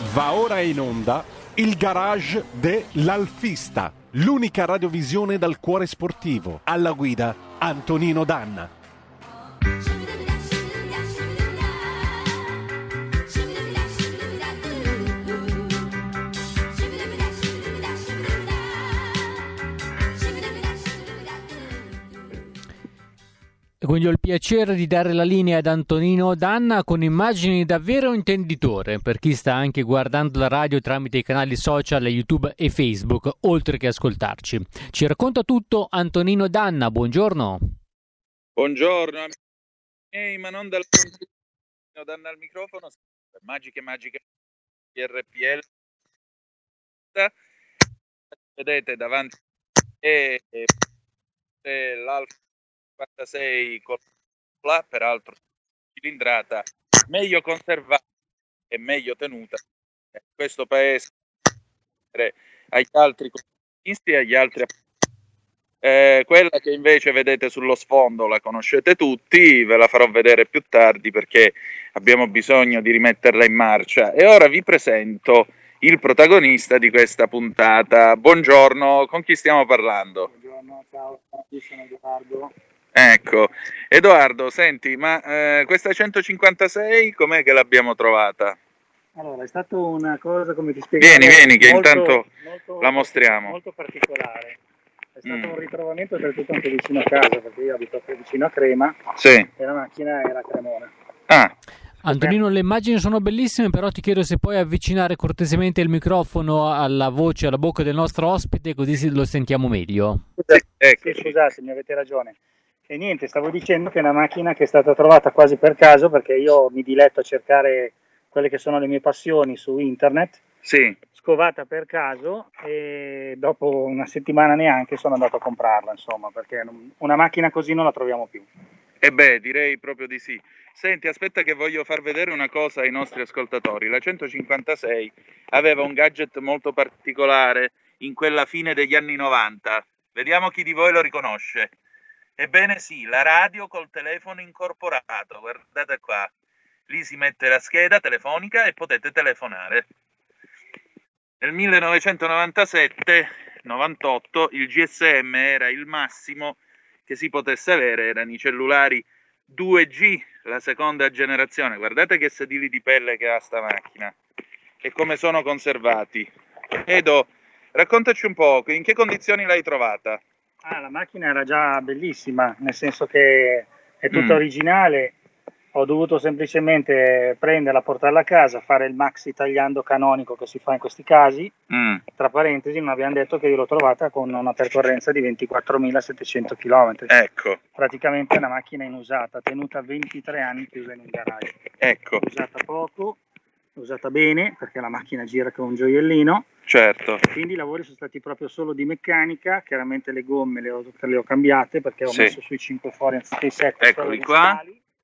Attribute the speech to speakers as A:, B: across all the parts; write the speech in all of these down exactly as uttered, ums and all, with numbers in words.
A: Va ora in onda il garage dell'Alfista, l'unica radiovisione dal cuore sportivo. Alla guida Antonino Danna.
B: Quindi ho il piacere di dare la linea ad Antonino Danna con immagini da vero intenditore per chi sta anche guardando la radio tramite i canali social YouTube e Facebook, oltre che ascoltarci. Ci racconta tutto Antonino Danna, buongiorno.
C: Buongiorno, ehi, ma non dal Danna al microfono, magiche magiche R P L. Vedete davanti e, e, e l'Alfa cinquantasei con la, peraltro cilindrata, meglio conservata e meglio tenuta in questo paese agli altri comunisti e agli altri eh, quella che invece vedete sullo sfondo la conoscete tutti, ve la farò vedere più tardi perché abbiamo bisogno di rimetterla in marcia. E ora vi presento il protagonista di questa puntata. Buongiorno, con chi stiamo parlando?
D: Buongiorno, ciao, io sono Edoardo.
C: Ecco, Edoardo, senti, ma eh, questa centocinquantasei com'è che l'abbiamo trovata?
D: Allora, è stata una cosa, come ti spiego,
C: Vieni, vieni, che
D: molto,
C: intanto
D: molto,
C: la mostriamo.
D: Molto particolare. È stato
C: Mm.
D: un ritrovamento oltretutto anche vicino a casa, perché io abito vicino a Crema,
C: Sì.
D: e la macchina era cremona.
C: Ah,
B: Antonino, le immagini sono bellissime, però ti chiedo se puoi avvicinare cortesemente il microfono alla voce, alla bocca del nostro ospite, così lo sentiamo meglio.
C: sì, ecco.
D: Sì, scusate, mi avete ragione. E niente, stavo dicendo che è una macchina che è stata trovata quasi per caso, perché io mi diletto a cercare quelle che sono le mie passioni su internet,
C: Sì.
D: scovata per caso, e dopo una settimana neanche sono andato a comprarla, insomma, perché non- una macchina così non la troviamo più.
C: E beh, direi proprio di sì. Senti, aspetta che voglio far vedere una cosa ai nostri ascoltatori. La centocinquantasei aveva un gadget molto particolare in quella fine degli anni novanta. Vediamo chi di voi lo riconosce. Ebbene sì, la radio col telefono incorporato. Guardate qua. Lì si mette la scheda telefonica e potete telefonare. Nel millenovecentonovantasette novantotto il G S M era il massimo che si potesse avere, erano i cellulari due G, la seconda generazione. Guardate che sedili di pelle che ha sta macchina e come sono conservati. Edo, raccontaci un po', in che condizioni l'hai trovata?
D: Ah, la macchina era già bellissima, nel senso che è tutta
C: Mm.
D: originale. Ho dovuto semplicemente prenderla, portarla a casa, fare il maxi tagliando canonico che si fa in questi casi.
C: Mm.
D: Tra parentesi, non abbiamo detto che io l'ho trovata con una percorrenza di ventiquattromilasettecento chilometri.
C: Ecco,
D: Praticamente è una macchina inusata, tenuta ventitré anni chiusa in un garage.
C: ecco,
D: Usata poco, usata bene, perché la macchina gira come un gioiellino.
C: certo.
D: Quindi i lavori sono stati proprio solo di meccanica. Chiaramente le gomme le ho, le ho cambiate perché ho
C: Sì.
D: messo sui cinque fori anziché i sette.
C: Eccoli qua.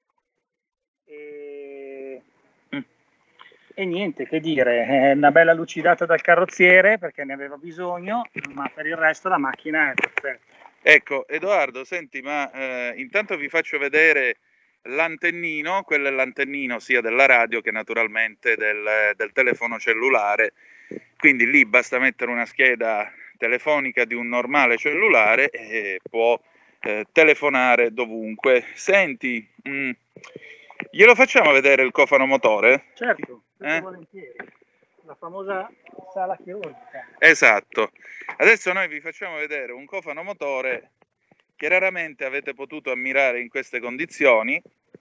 D: E...
C: Mm.
D: e niente, che dire, è una bella lucidata dal carrozziere perché ne aveva bisogno, ma per il resto la macchina è perfetta.
C: Ecco, Edoardo, senti, ma eh, intanto vi faccio vedere l'antennino, quello è l'antennino sia della radio che naturalmente del, del telefono cellulare, quindi lì basta mettere una scheda telefonica di un normale cellulare e può eh, telefonare dovunque. Senti, mh, glielo facciamo vedere il cofano motore?
D: Certo,
C: Eh?
D: volentieri. La famosa sala chirurgica.
C: Esatto. Adesso noi vi facciamo vedere un cofano motore che raramente avete potuto ammirare in queste condizioni.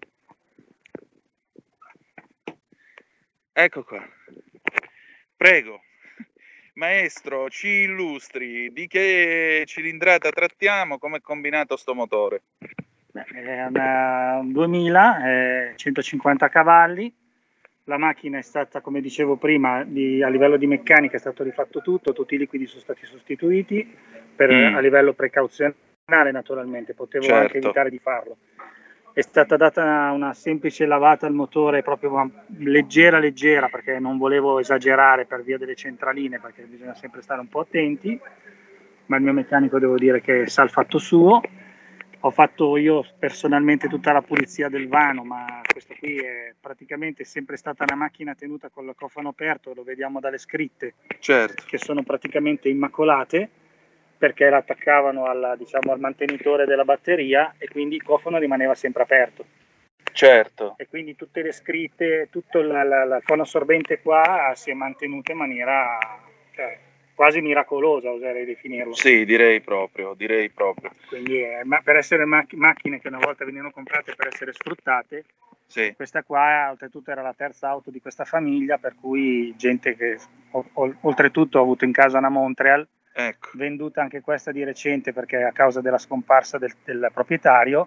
C: Ecco qua. Prego, maestro, ci illustri di che cilindrata trattiamo, come è combinato sto motore?
D: Beh, è una duemila, eh, centocinquanta cavalli. La macchina è stata, come dicevo prima, di, a livello di meccanica è stato rifatto tutto, tutti i liquidi sono stati sostituiti per,
C: Mm.
D: a livello precauzionale naturalmente, potevo
C: Certo.
D: anche evitare di farlo. È stata data una, una semplice lavata al motore, proprio una leggera leggera, perché non volevo esagerare per via delle centraline, perché bisogna sempre stare un po' attenti, ma il mio meccanico devo dire che sa il fatto suo. ho fatto io personalmente tutta la pulizia del vano, ma questo qui è praticamente sempre stata una macchina tenuta con il cofano aperto, lo vediamo dalle scritte,
C: certo,
D: che sono praticamente immacolate, perché l'attaccavano alla, diciamo, al mantenitore della batteria e quindi il cofano rimaneva sempre aperto.
C: certo.
D: E quindi tutte le scritte, tutto il la, la cono assorbente qua si è mantenuto in maniera, cioè, quasi miracolosa, oserei definirlo.
C: Sì, direi proprio, direi proprio.
D: Quindi eh, ma per essere mac- macchine che una volta venivano comprate per essere sfruttate,
C: Sì,
D: questa qua oltretutto era la terza auto di questa famiglia, per cui gente che o- o- oltretutto ha avuto in casa una Montreal,
C: ecco.
D: venduta anche questa di recente perché a causa della scomparsa del, del proprietario,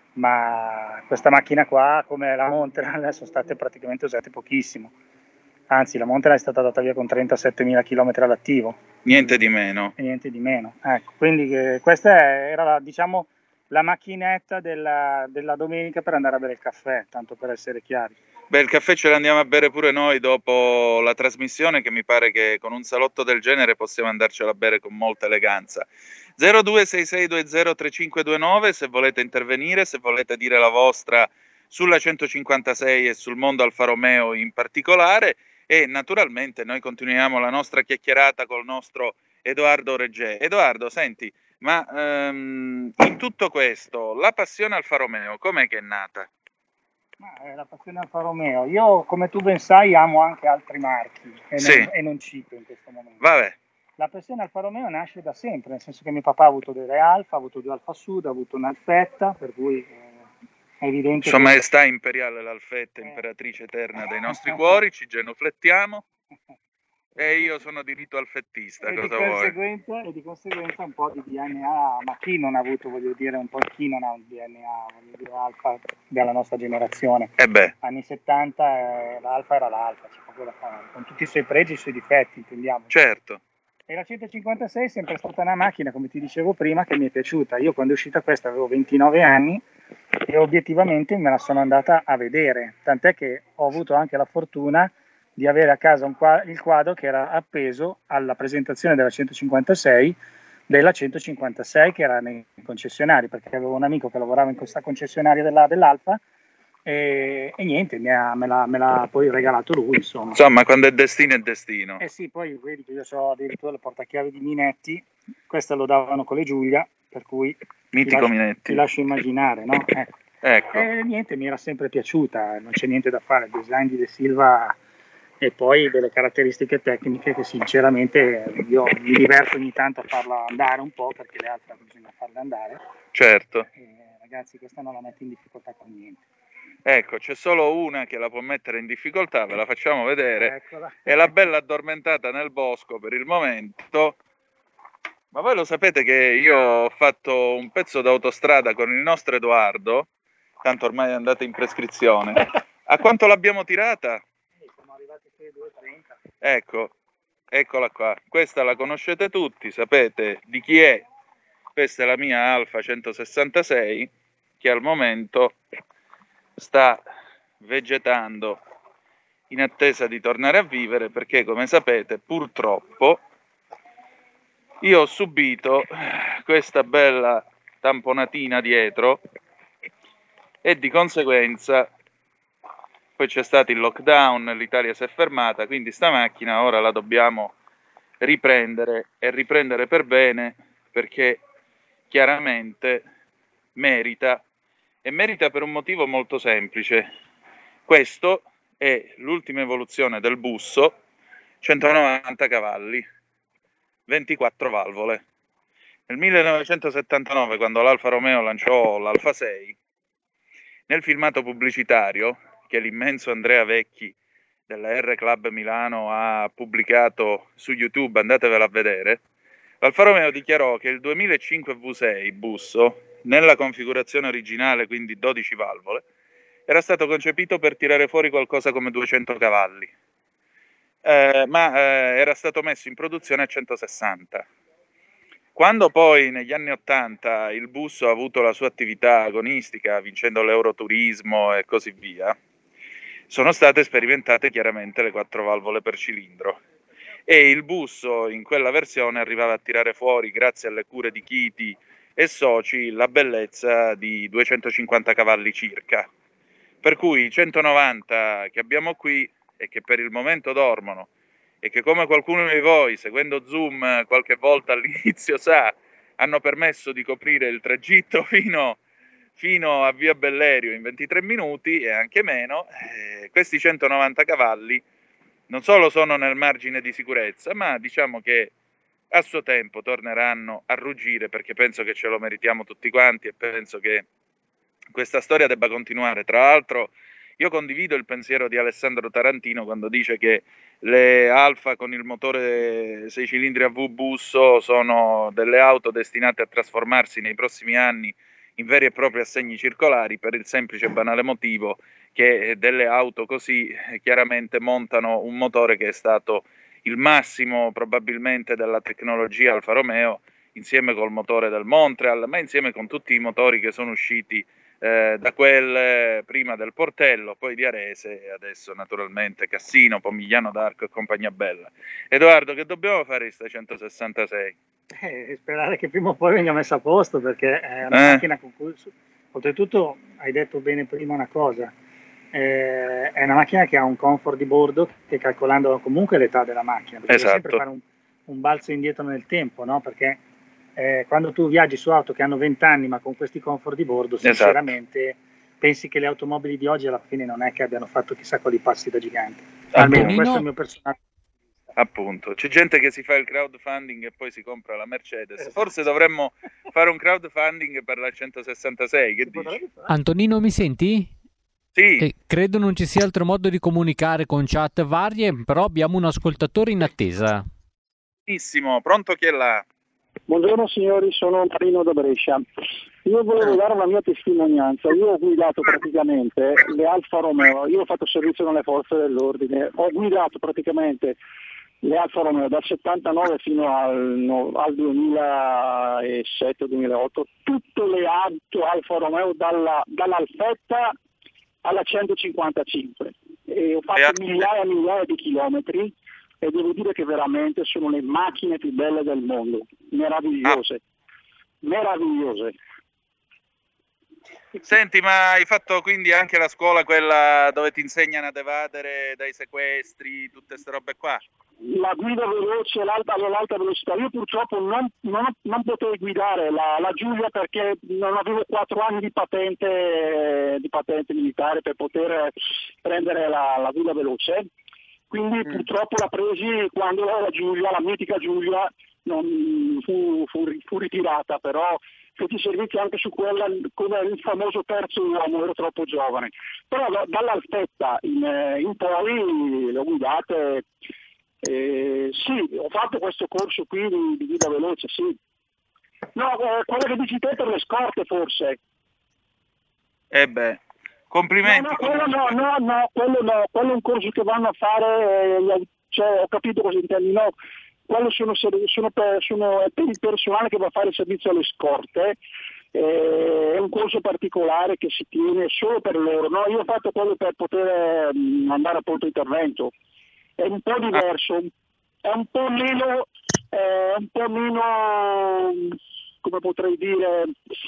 D: ma questa macchina qua, come la Montreal, sono state praticamente usate pochissimo. Anzi, la Montreal è stata data via con trentasettemila chilometri all'attivo.
C: Niente di meno.
D: E niente di meno. Ecco, quindi eh, questa era, la, diciamo, la macchinetta della, della domenica per andare a bere il caffè, tanto per essere chiari.
C: Beh, il caffè ce l'andiamo a bere pure noi dopo la trasmissione, che mi pare che con un salotto del genere possiamo andarcela a bere con molta eleganza. zero due sei sei due zero tre cinque due nove se volete intervenire, se volete dire la vostra sulla centocinquantasei e sul mondo Alfa Romeo in particolare, e naturalmente noi continuiamo la nostra chiacchierata col nostro Edoardo Reggè. Edoardo, senti, ma um, in tutto questo la passione Alfa Romeo com'è che è nata?
D: Ma è la passione Alfa Romeo. Io, come tu ben sai, amo anche altri marchi e,
C: sì.
D: non, e non cito in questo momento.
C: Vabbè.
D: La passione Alfa Romeo nasce da sempre, nel senso che mio papà ha avuto delle Alfa, ha avuto due Alfa Sud, ha avuto un'Alfetta, per cui eh, è evidente.
C: Sua
D: che...
C: Maestà Imperiale l'Alfetta, imperatrice eterna dei nostri cuori, ci genuflettiamo. E io sono di rito alfettista,
D: e
C: cosa
D: di
C: vuoi?
D: E di conseguenza un po' di D N A, ma chi non ha avuto, voglio dire, un po' chi non ha un D N A, voglio dire, Alfa della nostra generazione.
C: Eh beh.
D: Anni settanta eh, l'Alfa era l'Alfa, c'è poco da fare, con tutti i suoi pregi e i suoi difetti, intendiamo.
C: Certo.
D: E la centocinquantasei è sempre stata una macchina, come ti dicevo prima, che mi è piaciuta. Io quando è uscita questa avevo ventinove anni e obiettivamente me la sono andata a vedere, tant'è che ho avuto anche la fortuna di avere a casa un quadro, il quadro che era appeso alla presentazione della centocinquantasei della centocinquantasei che era nei concessionari, perché avevo un amico che lavorava in questa concessionaria della, dell'Alfa e, e niente, mi ha, me, l'ha, me l'ha poi regalato lui, insomma.
C: Insomma, quando è destino è destino.
D: Eh sì, poi vedi che io ho addirittura le portachiavi di Minetti, questa lo davano con le Giulia, per cui
C: mitico
D: ti lascio,
C: Minetti.
D: Ti lascio immaginare, no? Ecco.
C: Ecco.
D: E niente, mi era sempre piaciuta, non c'è niente da fare, il design di De Silva e poi delle caratteristiche tecniche che sinceramente io mi diverto ogni tanto a farla andare un po', perché le altre bisogna farle andare.
C: Certo.
D: E, ragazzi, questa non la metto in difficoltà con niente.
C: Ecco, c'è solo una che la può mettere in difficoltà, ve la facciamo vedere.
D: Eccola.
C: È la bella addormentata nel bosco per il momento. Ma voi lo sapete che io ho fatto un pezzo d'autostrada con il nostro Edoardo, tanto ormai è andata in prescrizione. A quanto l'abbiamo tirata?
D: Siamo arrivati qui a due e trenta.
C: Ecco, eccola qua. Questa la conoscete tutti, sapete di chi è. Questa è la mia Alfa centosessantasei, che al momento sta vegetando in attesa di tornare a vivere, perché come sapete purtroppo io ho subito questa bella tamponatina dietro e di conseguenza poi c'è stato il lockdown, l'Italia si è fermata, quindi sta macchina ora la dobbiamo riprendere e riprendere per bene, perché chiaramente merita, e merita per un motivo molto semplice. Questo è l'ultima evoluzione del Busso, centonovanta cavalli, ventiquattro valvole. Nel millenovecentosettantanove, quando l'Alfa Romeo lanciò l'Alfa sei, nel filmato pubblicitario che l'immenso Andrea Vecchi della R Club Milano ha pubblicato su YouTube, andatevela a vedere, l'Alfa Romeo dichiarò che il duemilacinque V sei Busso, nella configurazione originale, quindi dodici valvole, era stato concepito per tirare fuori qualcosa come duecento cavalli, eh, ma eh, era stato messo in produzione a centosessanta. Quando poi negli anni ottanta il Busso ha avuto la sua attività agonistica, vincendo l'Euroturismo e così via, sono state sperimentate chiaramente le quattro valvole per cilindro. E il Busso in quella versione arrivava a tirare fuori, grazie alle cure di Chiti e soci la bellezza di duecentocinquanta cavalli circa. Per cui i centonovanta che abbiamo qui e che per il momento dormono e che, come qualcuno di voi seguendo Zoom qualche volta all'inizio sa, hanno permesso di coprire il tragitto fino, fino a Via Bellerio in ventitré minuti e anche meno, eh, questi centonovanta cavalli non solo sono nel margine di sicurezza, ma diciamo che a suo tempo torneranno a ruggire, perché penso che ce lo meritiamo tutti quanti e penso che questa storia debba continuare. Tra l'altro io condivido il pensiero di Alessandro Tarantino quando dice che le Alfa con il motore sei cilindri a V busso sono delle auto destinate a trasformarsi nei prossimi anni in veri e propri assegni circolari, per il semplice e banale motivo che delle auto così chiaramente montano un motore che è stato il massimo probabilmente della tecnologia Alfa Romeo, insieme col motore del Montreal, ma insieme con tutti i motori che sono usciti eh, da quel eh, prima del Portello, poi di Arese e adesso naturalmente Cassino, Pomigliano d'Arco e compagnia bella. Edoardo, che dobbiamo fare in sta centosessantasei?
D: Eh, sperare che prima o poi venga messa a posto, perché è una
C: Eh.
D: macchina con cui, oltretutto hai detto bene prima una cosa, eh, è una macchina che ha un comfort di bordo che, calcolando comunque l'età della macchina, perché
C: Esatto.
D: devi sempre fare un, un balzo indietro nel tempo, no? Perché eh, quando tu viaggi su auto che hanno venti anni ma con questi comfort di bordo, sinceramente
C: Esatto.
D: pensi che le automobili di oggi alla fine non è che abbiano fatto chissà quali passi da gigante.
C: Ah,
D: Almeno
B: Antonino?
D: questo è il mio personale.
C: Appunto, c'è gente che si fa il crowdfunding e poi si compra la Mercedes.
D: Esatto.
C: Forse dovremmo fare un crowdfunding per la centosessantasei, che
D: Si
C: dici?
D: potrebbe fare.
B: Antonino, mi senti?
C: Sì,
B: Eh, credo non ci sia altro modo di comunicare con chat varie, però abbiamo un ascoltatore in attesa.
C: benissimo, pronto chi è là?
E: Buongiorno signori, sono Marino da Brescia. Io volevo dare la mia testimonianza. Io ho guidato praticamente le Alfa Romeo, io ho fatto servizio nelle forze dell'ordine, ho guidato praticamente le Alfa Romeo dal settantanove fino al, no, al duemilasette duemilaotto, tutte le auto Alfa Romeo dalla, dall'Alfetta alla centocinquantacinque. E ho fatto
C: E-
E: migliaia e migliaia di chilometri e devo dire che veramente sono le macchine più belle del mondo, meravigliose, meravigliose.
C: Senti, ma hai fatto quindi anche la scuola, quella dove ti insegnano ad evadere dai sequestri, tutte queste robe qua?
E: La guida veloce, l'alta, all'alta velocità. Io purtroppo non, non, non potevo guidare la, la Giulia perché non avevo quattro anni di patente, di patente militare per poter prendere la, la guida veloce. Quindi
C: Mm.
E: purtroppo la presi quando la Giulia, la mitica Giulia, non fu, fu, fu ritirata, però feci servizio anche su quella come il famoso terzo uomo, ero troppo giovane. Però da, dall'Alfetta in, in poi le ho guidate, eh, sì, ho fatto questo corso qui di, di guida veloce, sì. No, eh, quello che dici te per le scorte forse.
C: Eh beh, complimenti.
E: No, no, quello no,
C: comunque.
E: no, no, quello no, quello è un corso che vanno a fare, eh, cioè, ho capito cosa intendi, no, quello sono, sono, per, sono è per il personale che va a fare il servizio alle scorte, eh, è un corso particolare che si tiene solo per loro, no, io ho fatto quello per poter mh, andare a pronto intervento, è un po' diverso, è un po' meno, eh, un po' meno, come potrei dire,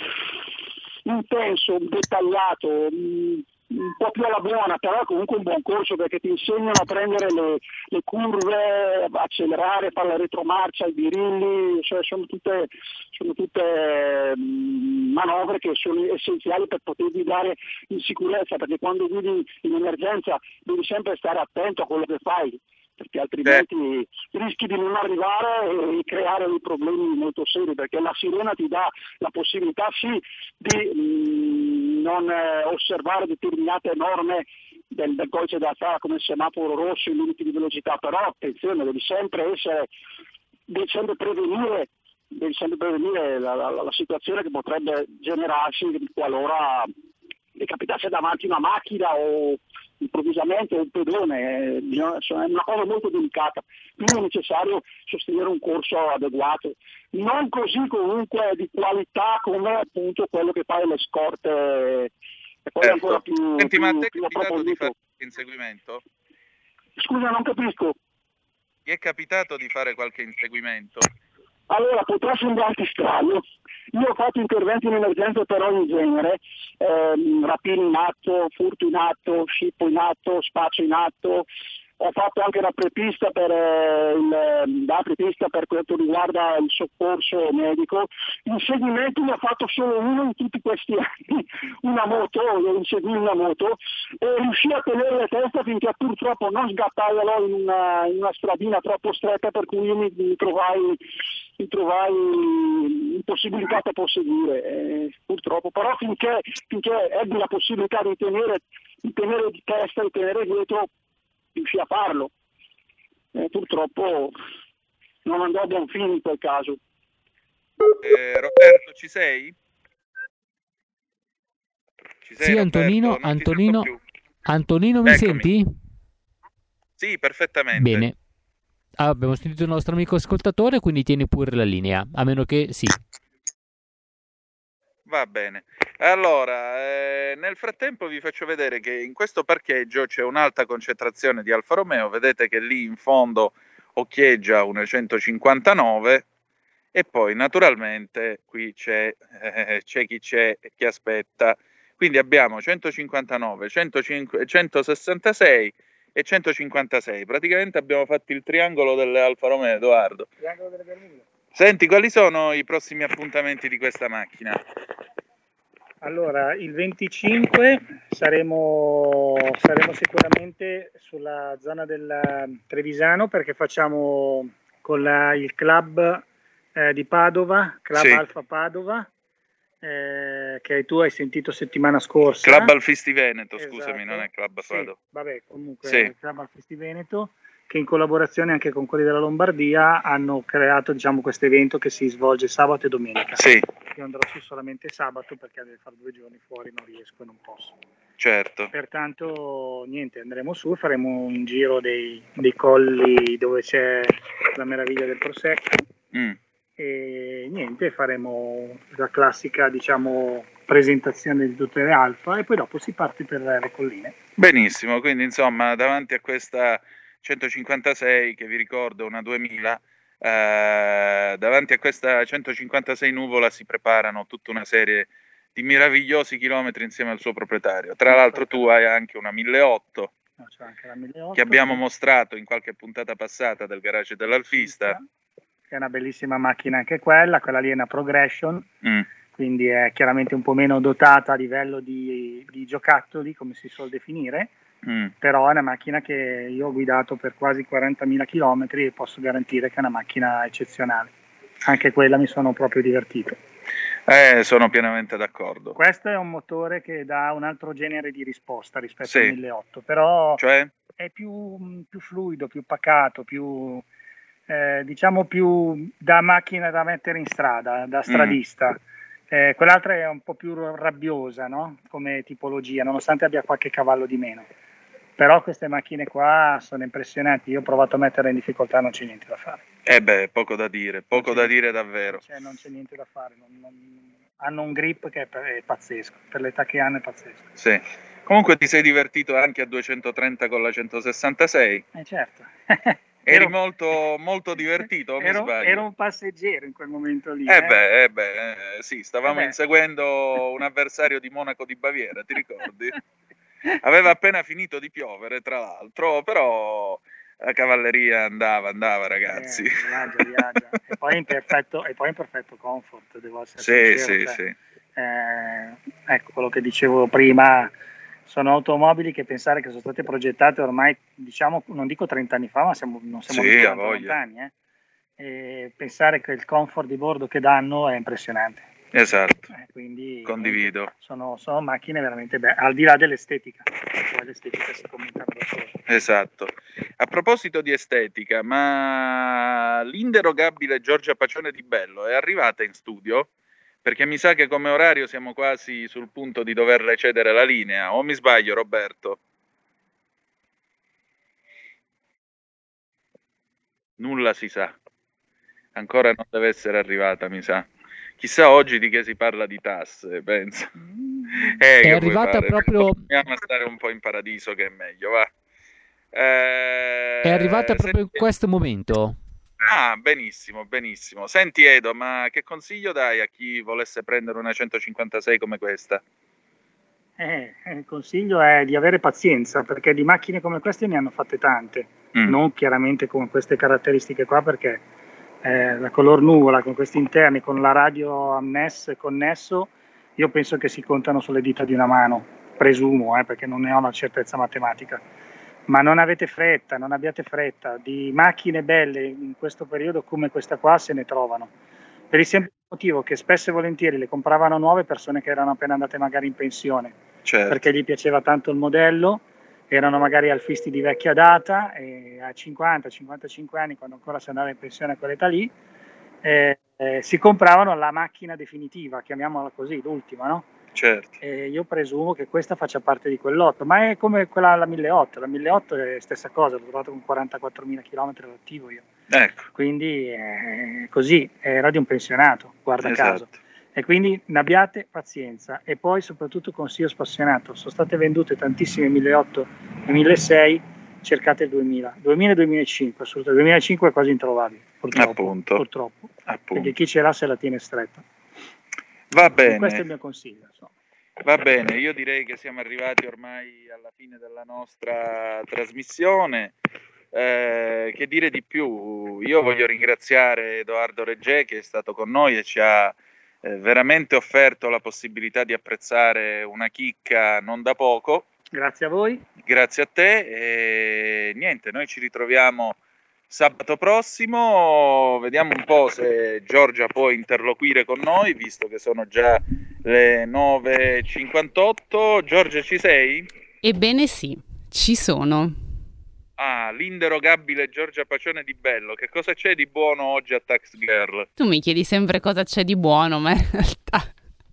E: intenso, dettagliato, mh, un po' più alla buona, però è comunque un buon corso perché ti insegnano a prendere le, le curve, accelerare, fare la retromarcia, i birilli, cioè sono tutte, sono tutte mh, manovre che sono essenziali per poter guidare in sicurezza, perché quando guidi in emergenza devi sempre stare attento a quello che fai, perché altrimenti rischi di non arrivare e creare dei problemi molto seri, perché la sirena ti dà la possibilità sì di mh, non eh, osservare determinate norme del, del codice della strada come il semaforo rosso, i limiti di velocità, però attenzione, devi sempre essere, devi sempre prevenire, devi sempre prevenire la, la, la situazione che potrebbe generarsi qualora le capitasse davanti una macchina o improvvisamente un pedone, eh, bisogna, è una cosa molto delicata, quindi è necessario sostenere un corso adeguato, non così comunque di qualità come appunto quello che fai alle scorte, e poi
C: Certo.
E: ancora più,
C: Senti,
E: più,
C: ma a te è
E: più
C: capitato di
E: approfondito.
C: fare inseguimento?
E: Scusa, non capisco.
C: Ti è capitato di fare qualche inseguimento?
E: Allora, potrà sembrarti strano, Io ho fatto interventi in emergenza per ogni genere, ehm, rapini in atto, furto in atto, scippo in atto, spaccio in atto. Ho fatto anche la prepista per, eh, il, la prepista per quanto riguarda il soccorso medico. Inseguimenti ne ho fatto solo uno in tutti questi anni, una moto, io inseguì una moto e riuscì a tenere la testa finché purtroppo non sgattaiolo in una, in una stradina troppo stretta, per cui io mi, mi trovai mi trovai impossibilitato a proseguire, eh, purtroppo, però finché, finché ebbi la possibilità di tenere, di tenere di testa, di tenere dietro, riuscì a farlo. Eh, purtroppo non andò a buon fine in quel caso.
C: Eh, Roberto, ci sei? Ci sei,
B: Sì,
C: Roberto?
B: Antonino,
C: Non ti
B: Antonino,
C: sento più.
B: Antonino, mi
C: Eccomi.
B: senti?
C: Sì, perfettamente.
B: Bene. Ah, abbiamo sentito il nostro amico ascoltatore, quindi tieni pure la linea, a meno che sì.
C: Va bene. Allora, eh, nel frattempo vi faccio vedere che in questo parcheggio c'è un'alta concentrazione di Alfa Romeo. Vedete che lì in fondo occhieggia una centocinquantanove e poi naturalmente qui c'è, eh, c'è chi c'è e chi aspetta. Quindi abbiamo centocinquantanove, centocinque, centosessantasei e centocinquantasei. Praticamente abbiamo fatto il triangolo delle Alfa Romeo, Edoardo.
D: Triangolo delle Bermude.
C: Senti, quali sono i prossimi appuntamenti di questa macchina?
D: Allora, il venticinque saremo, saremo sicuramente sulla zona del Trevisano, perché facciamo con la, il club eh, di Padova, Club
C: Sì.
D: Alfa Padova, eh, che tu hai sentito settimana scorsa.
C: Club Alfisti Veneto,
D: Esatto.
C: scusami, non è Club
D: Sì,
C: Padova.
D: vabbè, comunque
C: Sì.
D: il Club Alfisti Veneto, che in collaborazione anche con quelli della Lombardia hanno creato, diciamo, questo evento che si svolge sabato e domenica.
C: Sì,
D: Io andrò su solamente sabato perché devo fare due giorni fuori, non riesco e non posso.
C: certo.
D: Pertanto niente, andremo su, faremo un giro dei, dei colli dove c'è la meraviglia del Prosecco
C: Mm.
D: e niente, faremo la classica, diciamo, presentazione di tutte le Alfa e poi dopo si parte per le colline.
C: Benissimo, quindi insomma davanti a questa centocinquantasei, che vi ricordo è una duemila, eh, davanti a questa centocinquantasei nuvola si preparano tutta una serie di meravigliosi chilometri insieme al suo proprietario. Tra l'altro tu hai anche una milleottocento
D: No, c'è anche la milleottocento
C: che abbiamo mostrato in qualche puntata passata del garage dell'Alfista.
D: che è una bellissima macchina anche quella, quella lì è una Progression,
C: Mm.
D: quindi è chiaramente un po' meno dotata a livello di, di giocattoli, come si suol definire,
C: Mm.
D: però è una macchina che io ho guidato per quasi quarantamila chilometri e posso garantire che è una macchina eccezionale. Anche quella mi sono proprio divertito.
C: Eh, sono pienamente d'accordo.
D: Questo è un motore che dà un altro genere di risposta rispetto
C: Sì.
D: al milleottocento, però
C: Cioè?
D: è più, più fluido, più pacato, più eh, diciamo più da macchina da mettere in strada, da stradista. Mm. Eh, quell'altra è un po' più rabbiosa, no? Come tipologia, nonostante abbia qualche cavallo di meno. Però queste macchine qua sono impressionanti. Io ho provato a metterle in difficoltà, non c'è niente da fare.
C: Eh beh, poco da dire, poco da dire davvero.
D: Cioè, non c'è niente da fare. Non, non... Hanno un grip che è, è pazzesco, per l'età che hanno è pazzesco.
C: Sì. Comunque ti sei divertito anche a duecentotrenta con la centosessantasei?
D: Eh certo.
C: Eri
D: ero,
C: molto, molto divertito, o mi
D: ero,
C: sbaglio?
D: Ero un passeggero in quel momento lì.
C: Eh,
D: eh.
C: beh, eh beh, eh, sì, stavamo
D: eh beh.
C: inseguendo un avversario di Monaco di Baviera, ti ricordi? Aveva appena finito di piovere, tra l'altro, però la cavalleria andava, andava, ragazzi.
D: Eh, viaggia, viaggia. E poi in perfetto, e poi in perfetto comfort, devo essere
C: sì,
D: sincero.
C: Sì,
D: cioè,
C: sì.
D: Eh, ecco quello che dicevo prima. Sono automobili che pensare che sono state progettate ormai, diciamo, non dico trenta anni fa, ma siamo, non siamo
C: sì,
D: di
C: a
D: quaranta anni. Eh. E pensare che il comfort di bordo che danno è impressionante.
C: Esatto,
D: eh, quindi,
C: condivido.
D: Niente, sono, sono macchine veramente belle, al di là dell'estetica. Poi l'estetica si commenta da solo.
C: Esatto. A proposito di estetica, ma l'inderogabile Giorgia Pacione di Bello è arrivata in studio? Perché mi sa che come orario siamo quasi sul punto di doverle cedere la linea, o mi sbaglio, Roberto? Nulla si sa, ancora non deve essere arrivata, mi sa. Chissà oggi di che si parla di tasse, penso. Eh,
B: è arrivata proprio...
C: Andiamo a stare un po' in paradiso che è meglio, va. Eh,
B: è arrivata proprio
C: se...
B: in questo momento?
C: Ah, benissimo, benissimo. Senti Edo, ma che consiglio dai a chi volesse prendere una centocinquantasei come questa?
D: Eh, il consiglio è di avere pazienza, perché di macchine come queste ne hanno fatte tante, mm. non chiaramente con queste caratteristiche qua, perché eh, la color nuvola con questi interni, con la radio annesso e connesso, io penso che si contano sulle dita di una mano, presumo, eh, perché non ne ho una certezza matematica. Ma non avete fretta, non abbiate fretta, di macchine belle in questo periodo come questa qua se ne trovano, per il semplice motivo che spesso e volentieri le compravano nuove persone che erano appena andate magari in pensione, certo. Perché gli piaceva tanto il modello, erano magari alfisti di vecchia data e a cinquanta cinquantacinque anni, quando ancora si andava in pensione a quell'età lì, eh, eh, si compravano la macchina definitiva, chiamiamola così, l'ultima, no?
C: Certo.
D: E io presumo che questa faccia parte di quell'otto, ma è come quella la milleottocento, la milleottocento è la stessa cosa, l'ho trovato con quarantaquattromila chilometri all'attivo io.
C: Ecco.
D: Quindi è così, era di un pensionato, guarda
C: esatto.
D: caso. E quindi ne abbiate pazienza. E poi soprattutto consiglio spassionato, sono state vendute tantissime milleottocento e milleseicento, cercate il duemila, duemila e duemilacinque, assolutamente. duemilacinque è quasi introvabile, purtroppo.
C: Appunto.
D: purtroppo
C: Appunto.
D: Perché chi ce l'ha se la tiene stretta.
C: Va bene.
D: Questo è il mio consiglio. Insomma.
C: Va bene, io direi che siamo arrivati ormai alla fine della nostra trasmissione. Eh, che dire di più? Io voglio ringraziare Edoardo Reggè che è stato con noi e ci ha eh, veramente offerto la possibilità di apprezzare una chicca non da poco.
D: Grazie a voi.
C: Grazie a te e niente, noi ci ritroviamo sabato prossimo, vediamo un po' se Giorgia può interloquire con noi, visto che sono già le nove e cinquantotto. Giorgia, ci sei?
F: Ebbene sì, ci sono.
C: Ah, l'inderogabile Giorgia Pacione di Bello, che cosa c'è di buono oggi a Tax Girl?
F: Tu mi chiedi sempre cosa c'è di buono, ma in realtà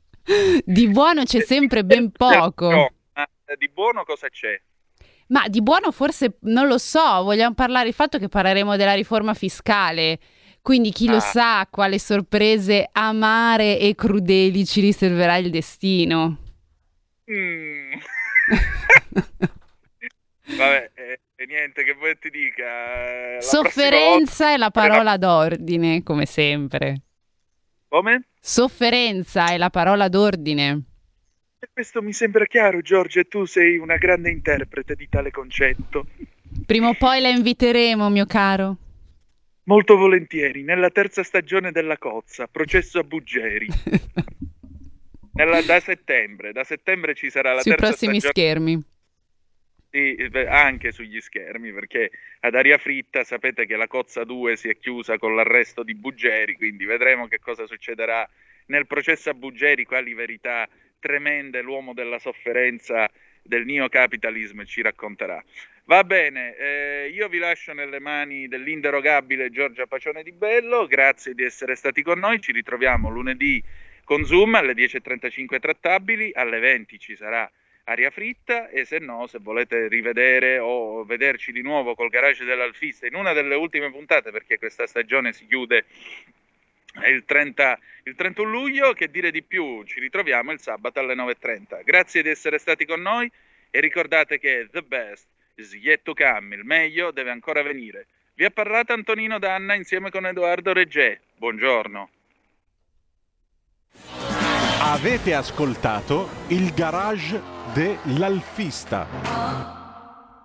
F: di buono c'è sempre ben poco.
C: No, ma di buono cosa c'è?
F: Ma di buono forse non lo so, vogliamo parlare, il fatto che parleremo della riforma fiscale, quindi chi ah. lo sa quale sorprese amare e crudeli ci riserverà il destino.
C: Mm. Vabbè, eh, niente, che vuoi ti dica? La
F: Sofferenza è la parola d'ordine, come sempre.
C: Come?
F: Sofferenza è la parola d'ordine.
C: Questo mi sembra chiaro, Giorgia, e tu sei una grande interprete di tale concetto.
F: Prima o poi la inviteremo, mio caro.
C: Molto volentieri, nella terza stagione della Cozza, processo a Buggeri. Nella, da settembre, da settembre ci sarà la
F: Sui
C: terza
F: prossimi
C: stagione.
F: schermi.
C: Sì, anche sugli schermi, perché ad aria fritta sapete che la Cozza due si è chiusa con l'arresto di Buggeri, quindi vedremo che cosa succederà nel processo a Buggeri, quali verità tremende l'uomo della sofferenza del neocapitalismo ci racconterà. Va bene, eh, io vi lascio nelle mani dell'inderogabile Giorgia Pacione di Bello, grazie di essere stati con noi, ci ritroviamo lunedì con Zoom alle dieci e trentacinque trattabili, alle venti ci sarà Aria Fritta e se no, se volete rivedere o vederci di nuovo col Garage dell'Alfista in una delle ultime puntate, perché questa stagione si chiude il, trenta, il trentuno luglio, che dire di più, ci ritroviamo il sabato alle nove e trenta. Grazie di essere stati con noi e ricordate che the best is yet to come, il meglio deve ancora venire. Vi ha parlato Antonino Danna insieme con Edoardo Reggè. Buongiorno.
A: Avete ascoltato il Garage dell'Alfista.